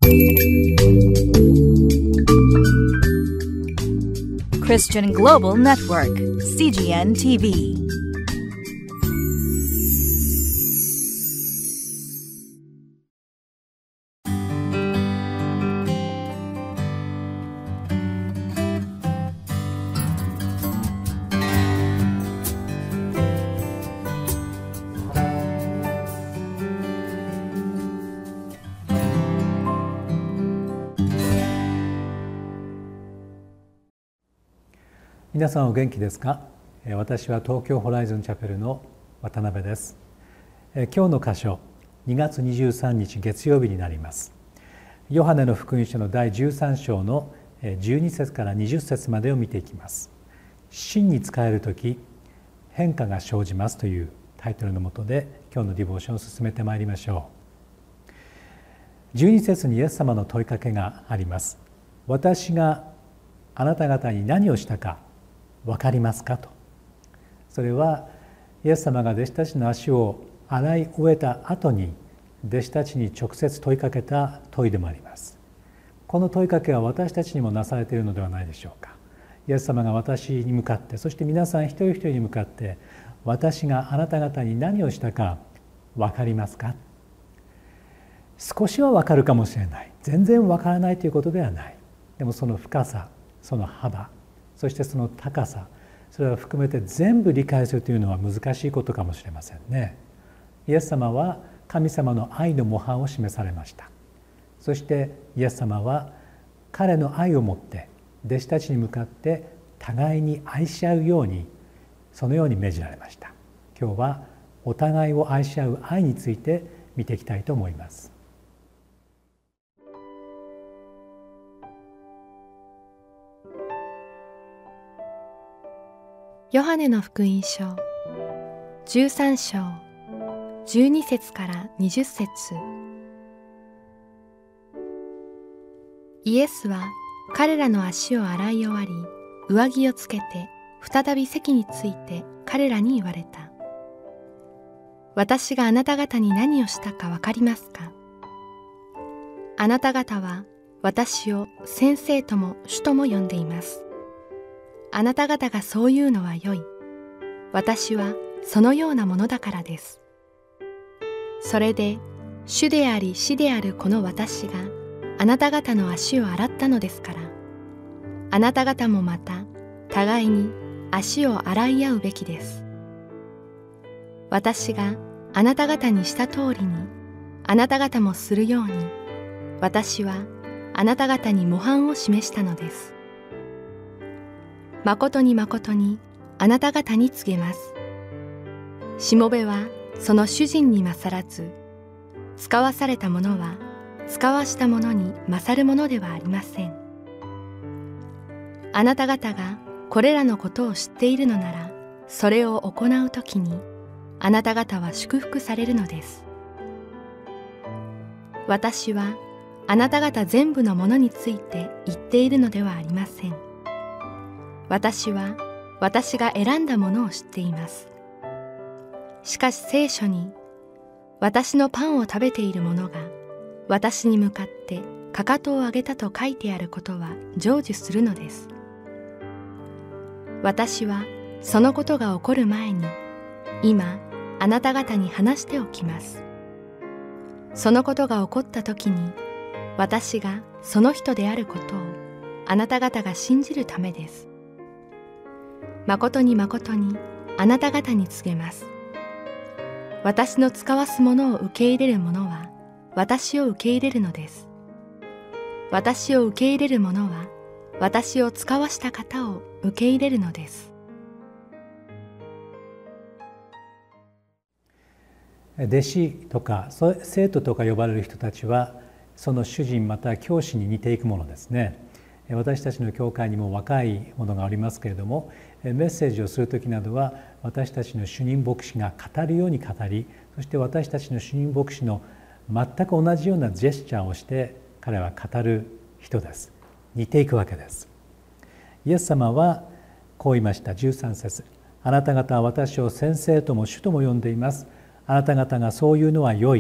Christian Global Network, CGN TV. 皆さんお元気ですか？私は東京ホライゾンチャペルの渡辺です。今日の箇所、2月23日月曜日になります。ヨハネの福音書の第13章の12節から20節までを見ていきます。真に仕えるとき変化が生じますというタイトルの下で今日のディボーションを進めてまいりましょう。12節にイエス様の問いかけがあります。私があなた方に何をしたか分かりますかと。それはイエス様が弟子たちの足を洗い終えた後に弟子たちに直接問いかけた問いでもあります。この問いかけは私たちにもなされているのではないでしょうか。イエス様が私に向かって、そして皆さん一人一人に向かって、私があなた方に何をしたか分かりますか。少しは分かるかもしれない、全然分からないということではない。でもその深さ、その幅、そしてその高さ、それを含めて全部理解するというのは難しいことかもしれませんね。イエス様は神様の愛の模範を示されました。そしてイエス様は彼の愛をもって弟子たちに向かって互いに愛し合うように、そのように命じられました。今日はお互いを愛し合う愛について見ていきたいと思います。 ヨハネの福音書13章12節から20節。イエスは彼らの足を洗い終わり、上着をつけて再び席について彼らに言われた。私があなた方に何をしたか分かりますか？あなた方は私を先生とも主とも呼んでいます。あなた方がそういうのは良い。私はそのようなものだからです。それで主であり師であるこの私があなた方の足を洗ったのですから、あなた方もまた互いに足を洗い合うべきです。私があなた方にした通りにあなた方もするように、私はあなた方に模範を示したのです。誠に誠にあなた方に告げます。しもべはその主人に勝らず、使わされた者は使わした者に勝るものではありません。あなた方がこれらのことを知っているのなら、それを行うときにあなた方は祝福されるのです。私はあなた方全部のものについて言っているのではありません。私は私が選んだものを知っています。しかし聖書に、私のパンを食べている者が私に向かってかかとを上げたと書いてあることは成就するのです。私はそのことが起こる前に今あなた方に話しておきます。そのことが起こった時に私がその人であることをあなた方が信じるためです。誠に誠にあなた方に告げます。私の使わすものを受け入れる者は私を受け入れるのです。私を受け入れる者は私を使わした方を受け入れるのです。 弟子とか生徒とか呼ばれる人たちは、その主人または教師に似ていくものですね。私たちの教会にも若いものがありますけれども、メッセージをする時などは私たちの主任牧師が語るように語り、そして私たちの主任牧師の全く同じようなジェスチャーをして彼は語る人です。似ていくわけです。イエス様はこう言いました。13節、あなた方は私を先生とも主とも呼んでいます。あなた方がそういうのは良い。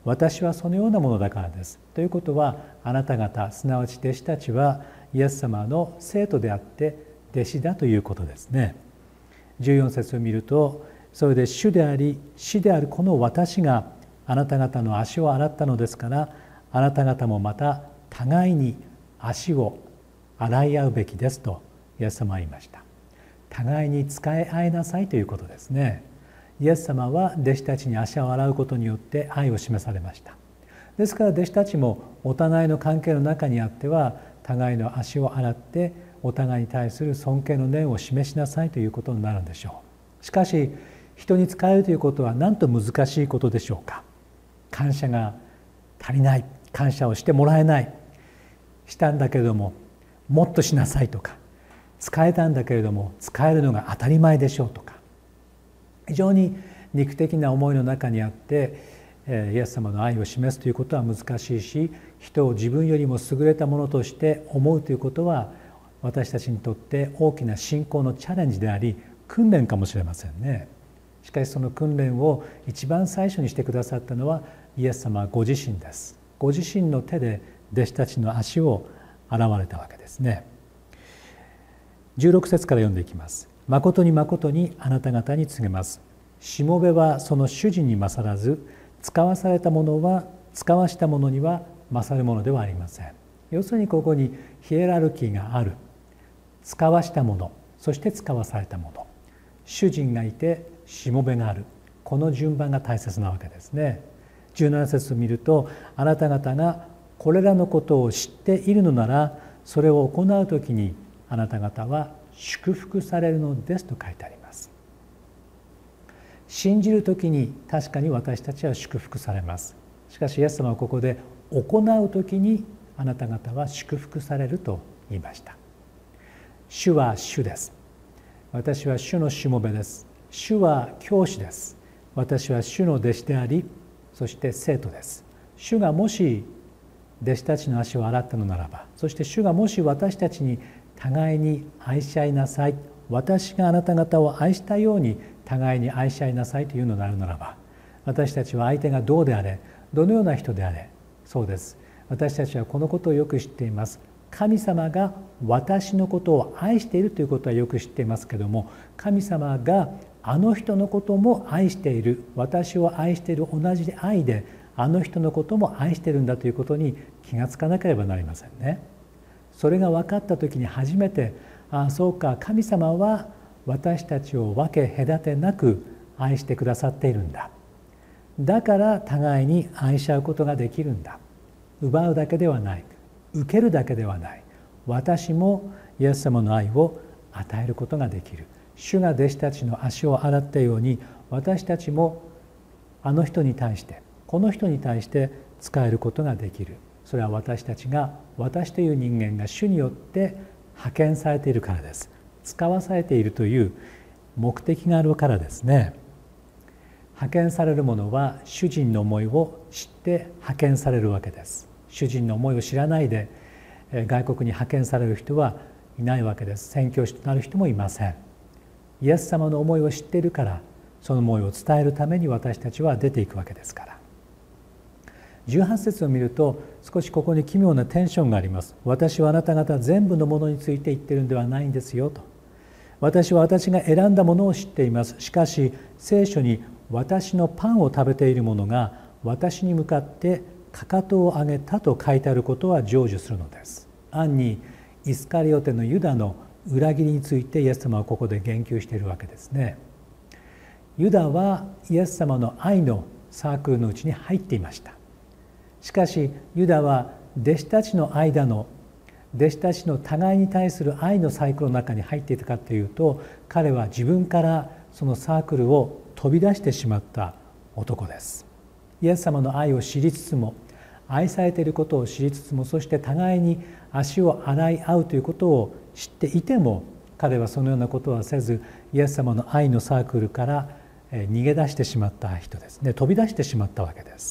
私はそのようなものだからです。ということは、あなた方すなわち弟子たちはイエス様の生徒であって弟子だということですね。14節を見ると、それで主であり師であるこの私があなた方の足を洗ったのですから、あなた方もまた互いに足を洗い合うべきですとイエス様は言いました。互いに仕え合いなさいということですね。イエス様は弟子たちに足を洗うことによって愛を示されました。ですから弟子たちもお互いの関係の中にあっては、互いの足を洗ってお互いに対する尊敬の念を示しなさいということになるんでしょう。しかし人に仕えるということはなんと難しいことでしょうか。感謝が足りない、感謝をしてもらえない、したんだけれどももっとしなさいとか、使えたんだけれども使えるのが当たり前でしょうとか、非常に肉的な思いの中にあってイエス様の愛を示すということは難しいし、人を自分よりも優れたものとして思うということは私たちにとって大きな信仰のチャレンジであり訓練かもしれませんね。しかしその訓練を一番最初にしてくださったのはイエス様ご自身です。ご自身の手で弟子たちの足を洗われたわけですね。16節から読んでいきます。誠に誠にあなた方に告げます。しもべはその主人に勝らず、使わされたものは使わしたものには勝るものではありません。要するにここにヒエラルキーがある。使わしたもの、そして使わされたもの、主人がいてしもべがある、この順番が大切なわけですね。17節を見ると、あなた方がこれらのことを知っているのなら、それを行うときにあなた方は祝福されるのですと書いてあります。信じるときに確かに私たちは祝福されます。しかしイエス様はここで行うときにあなた方は祝福されると言いました。主は主です。私は主のしもべです。主は教師です。私は主の弟子であり、そして生徒です。主がもし弟子たちの足を洗ったのならば、そして主がもし私たちに互いに愛し合いなさい、私があなた方を愛したように互いに愛し合いなさいというのであるならば、私たちは相手がどうであれ、どのような人であれ、そうです。私たちはこのことをよく知っています。神様が私のことを愛しているということはよく知っていますけれども、神様があの人のことも愛している、私を愛している同じ愛であの人のことも愛しているんだということに気がつかなければなりませんね。それが分かった時に初めて、ああそうか、神様は私たちを分け隔てなく愛してくださっているんだ。だから互いに愛し合うことができるんだ。奪うだけではない、受けるだけではない、私もイエス様の愛を与えることができる。主が弟子たちの足を洗ったように、私たちもあの人に対して、この人に対して仕えることができる。それは私たちが、私という人間が主によって派遣されているからです。使わされているという目的があるからですね。派遣される者は主人の思いを知って派遣されるわけです。主人の思いを知らないで外国に派遣される人はいないわけです。宣教師となる人もいません。イエス様の思いを知っているから、その思いを伝えるために私たちは出ていくわけですから。18節を見ると少しここに奇妙なテンションがあります。私はあなた方全部のものについて言ってるんではないんですよと。私は私が選んだものを知っています。しかし聖書に私のパンを食べている者が私に向かってかかとを上げたと書いてあることは成就するのです。暗にイスカリオテのユダの裏切りについてイエス様はここで言及しているわけですね。ユダはイエス様の愛のサークルのうちに入っていました。しかしユダは弟子たちの間の、弟子たちの互いに対する愛のサイクルの中に入っていたかというと、彼は自分からそのサークルを飛び出してしまった男です。イエス様の愛を知りつつも、愛されていることを知りつつも、そして互いに足を洗い合うということを知っていても、彼はそのようなことはせず、イエス様の愛のサークルから逃げ出してしまった人ですね。飛び出してしまったわけです。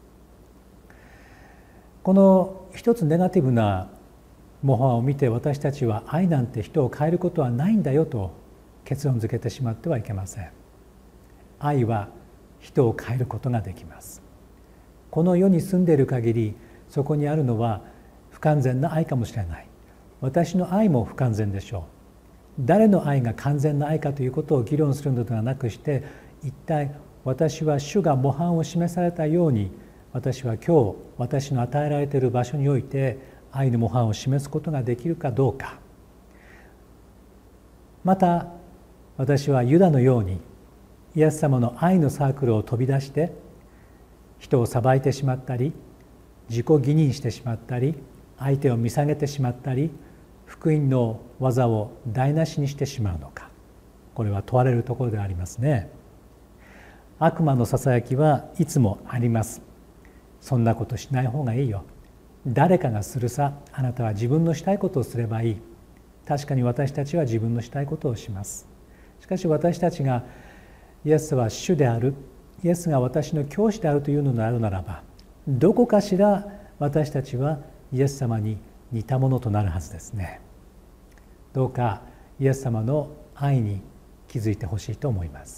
この一つネガティブな模範を見て、私たちは愛なんて人を変えることはないんだよと結論付けてしまってはいけません。愛は人を変えることができます。 この世に住んでいる限り、そこにあるのは不完全な愛かもしれない。私の愛も不完全でしょう。誰の愛が完全な愛かということを議論するのではなくして、一体私は主が模範を示されたように、私は今日私の与えられている場所において愛の模範を示すことができるかどうか。また私はユダのようにイエス様の愛のサークルを飛び出して人を裁いてしまったり、自己義認してしまったり、相手を見下げてしまったり、福音の技を台無しにしてしまうのか。これは問われるところでありますね。悪魔のささやきはいつもあります。そんなことしない方がいいよ。誰かがするさ。あなたは自分のしたいことをすればいい。確かに私たちは自分のしたいことをします。しかし私たちがイエスは主である、イエスが私の教師であるというのであるならば、どこかしら私たちはイエス様に似たものとなるはずですね。どうかイエス様の愛に気づいてほしいと思います。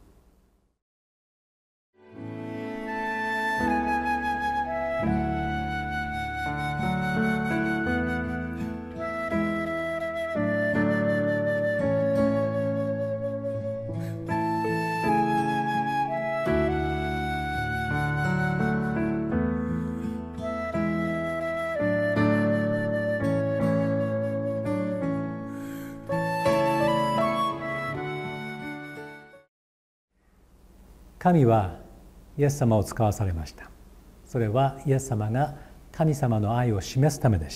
神はイエス様を使わされました。それはイエス様が神様の愛を示すためでした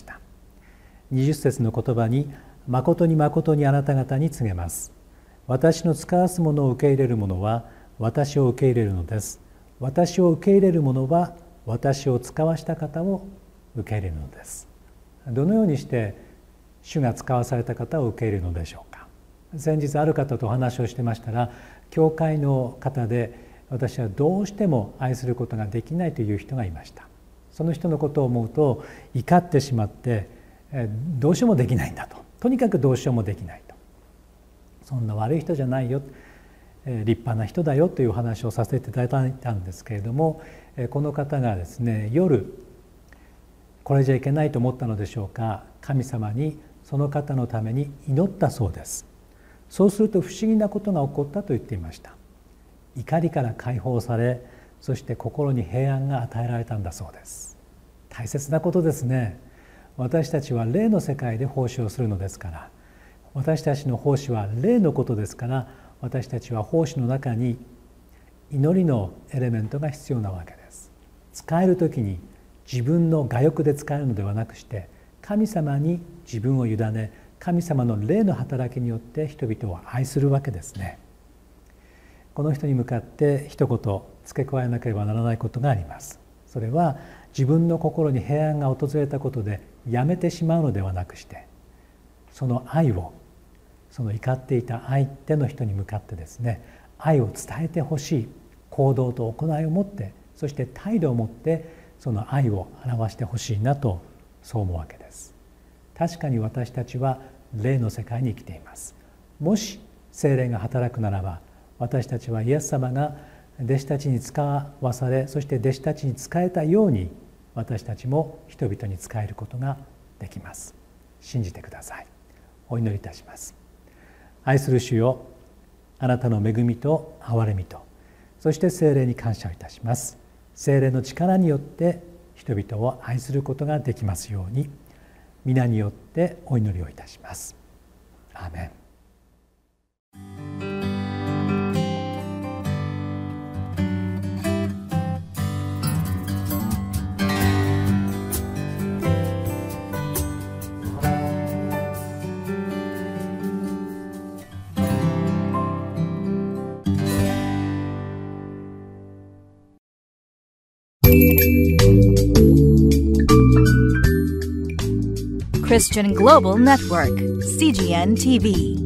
。20節の言葉に、誠に誠にあなた方に告げます。私の使わすものを受け入れる者は私を受け入れるのです。私を受け入れる者は私を使わした方を受け入れるのです。どのようにして主が使わされた方を受け入れるのでしょうか。先日ある方とお話をしてましたら、教会の方で私はどうしても愛することができないという人がいました。その人のことを思うと怒ってしまって、どうしようもできないんだと。とにかくどうしようもできないと。そんな悪い人じゃないよ、立派な人だよという話をさせていただいたんですけれども、この方がですね、夜これじゃいけないと思ったのでしょうか、神様にその方のために祈ったそうです。そうすると不思議なことが起こったと言っていました。怒りから解放され、そして心に平安が与えられたんだそうです。大切なことですね。私たちは霊の世界で奉仕をするのですから、私たちの奉仕は霊のことですから、私たちは奉仕の中に祈りのエレメントが必要なわけです。使えるときに自分の我欲で使えるのではなくして、神様に自分を委ね、神様の霊の働きによって人々を愛するわけですね。この人に向かって一言付け加えなければならないことがあります。それは自分の心に平安が訪れたことでやめてしまうのではなくして、その愛を、その怒っていた相手の人に向かってですね、愛を伝えてほしい行動と行いを持って、そして態度を持ってその愛を表してほしいなと、そう思うわけです。確かに私たちは霊の世界に生きています。もし聖霊が働くならば、私たちはイエス様が弟子たちに使わされ、そして弟子たちに仕えたように、私たちも人々に仕えることができます。信じてください。お祈りいたします。愛する主よ、あなたの恵みと憐れみと、そして聖霊に感謝をいたします。聖霊の力によって人々を愛することができますように、皆によってお祈りをいたします。アーメン。 Christian Global Network, CGN TV.